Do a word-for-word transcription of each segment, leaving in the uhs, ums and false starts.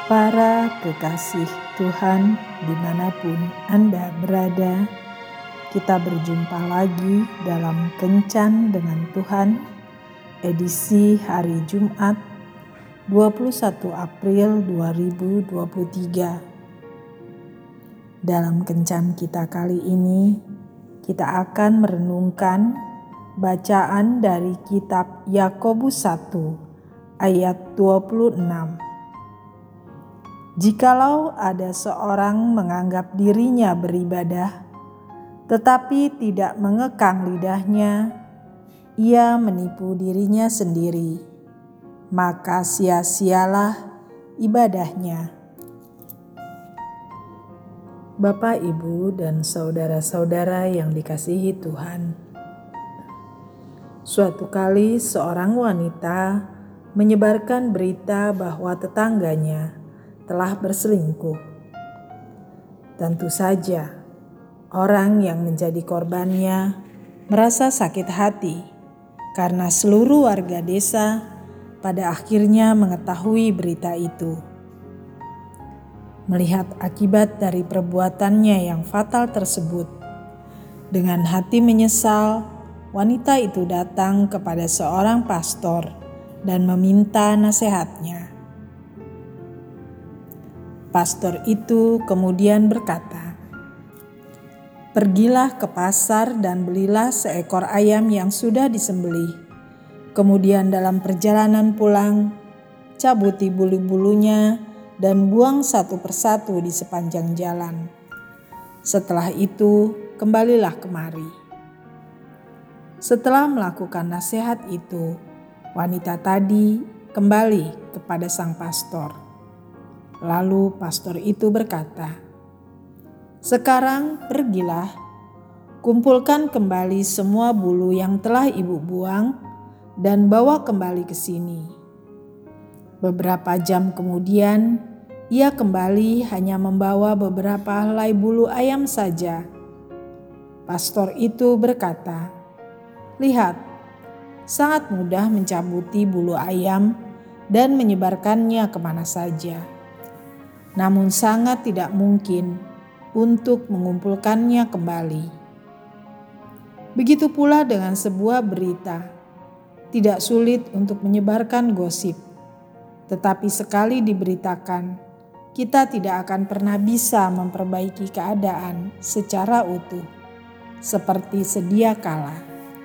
Para kekasih Tuhan dimanapun Anda berada, kita berjumpa lagi dalam Kencan dengan Tuhan, edisi hari Jumat dua puluh satu April dua ribu dua puluh tiga. Dalam Kencan kita kali ini, kita akan merenungkan bacaan dari kitab Yakobus satu ayat dua puluh enam. Jikalau ada seorang menganggap dirinya beribadah, tetapi tidak mengekang lidahnya, ia menipu dirinya sendiri, maka sia-sialah ibadahnya. Bapak, Ibu, dan saudara-saudara yang dikasihi Tuhan, suatu kali seorang wanita menyebarkan berita bahwa tetangganya telah berselingkuh. Tentu saja, orang yang menjadi korbannya merasa sakit hati karena seluruh warga desa pada akhirnya mengetahui berita itu. Melihat akibat dari perbuatannya yang fatal tersebut, dengan hati menyesal, wanita itu datang kepada seorang pastor dan meminta nasihatnya. Pastor itu kemudian berkata, "Pergilah ke pasar dan belilah seekor ayam yang sudah disembelih. Kemudian dalam perjalanan pulang, cabuti bulu-bulunya dan buang satu persatu di sepanjang jalan. Setelah itu, kembalilah kemari." Setelah melakukan nasihat itu, wanita tadi kembali kepada sang pastor. Lalu pastor itu berkata, "Sekarang pergilah, kumpulkan kembali semua bulu yang telah ibu buang dan bawa kembali ke sini." Beberapa jam kemudian, ia kembali hanya membawa beberapa helai bulu ayam saja. Pastor itu berkata, "Lihat, sangat mudah mencabuti bulu ayam dan menyebarkannya kemana saja. Namun sangat tidak mungkin untuk mengumpulkannya kembali." Begitu pula dengan sebuah berita, tidak sulit untuk menyebarkan gosip. Tetapi sekali diberitakan, kita tidak akan pernah bisa memperbaiki keadaan secara utuh, seperti sedia kala.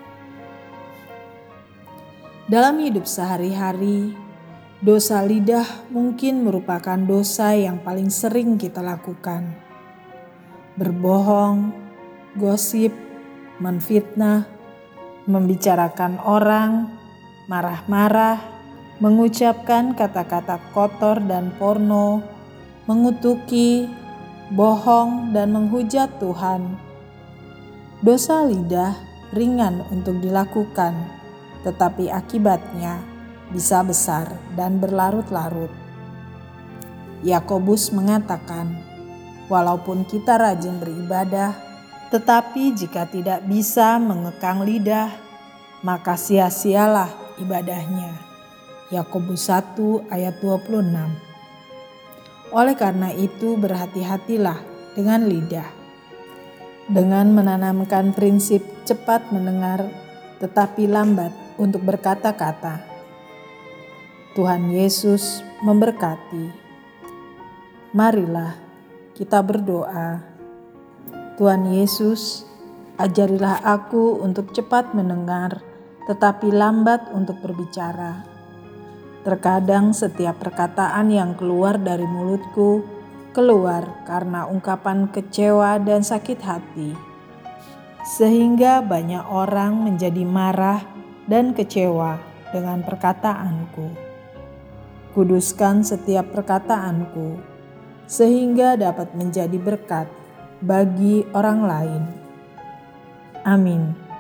Dalam hidup sehari-hari, dosa lidah mungkin merupakan dosa yang paling sering kita lakukan. Berbohong, gosip, menfitnah, membicarakan orang, marah-marah, mengucapkan kata-kata kotor dan porno, mengutuki, bohong, dan menghujat Tuhan. Dosa lidah ringan untuk dilakukan, tetapi akibatnya bisa besar dan berlarut-larut. Yakobus mengatakan, walaupun kita rajin beribadah, tetapi jika tidak bisa mengekang lidah, maka sia-sialah ibadahnya. Yakobus satu ayat dua puluh enam. Oleh karena itu berhati-hatilah dengan lidah, dengan menanamkan prinsip cepat mendengar tetapi lambat untuk berkata-kata. Tuhan Yesus memberkati. Marilah kita berdoa. Tuhan Yesus, ajarilah aku untuk cepat mendengar, tetapi lambat untuk berbicara. Terkadang setiap perkataan yang keluar dari mulutku keluar karena ungkapan kecewa dan sakit hati, sehingga banyak orang menjadi marah dan kecewa dengan perkataanku. Kuduskan setiap perkataanku, sehingga dapat menjadi berkat bagi orang lain. Amin.